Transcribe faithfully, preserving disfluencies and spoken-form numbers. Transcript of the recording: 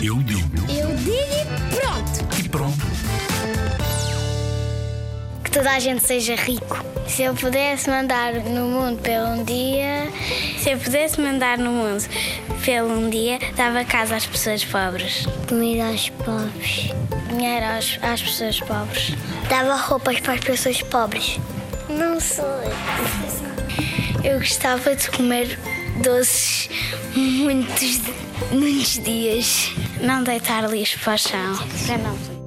Eu digo. Eu digo e pronto. E pronto. Que toda a gente seja rico. Se eu pudesse mandar no mundo pelo um dia... Se eu pudesse mandar no mundo pelo um dia, dava casa às pessoas pobres. Comida aos pobres. Dinheiro às, às pessoas pobres. Dava roupas para as pessoas pobres. Não sei. Eu gostava de comer doces muitos, muitos dias. Não deitar lixo para o chão. Já não.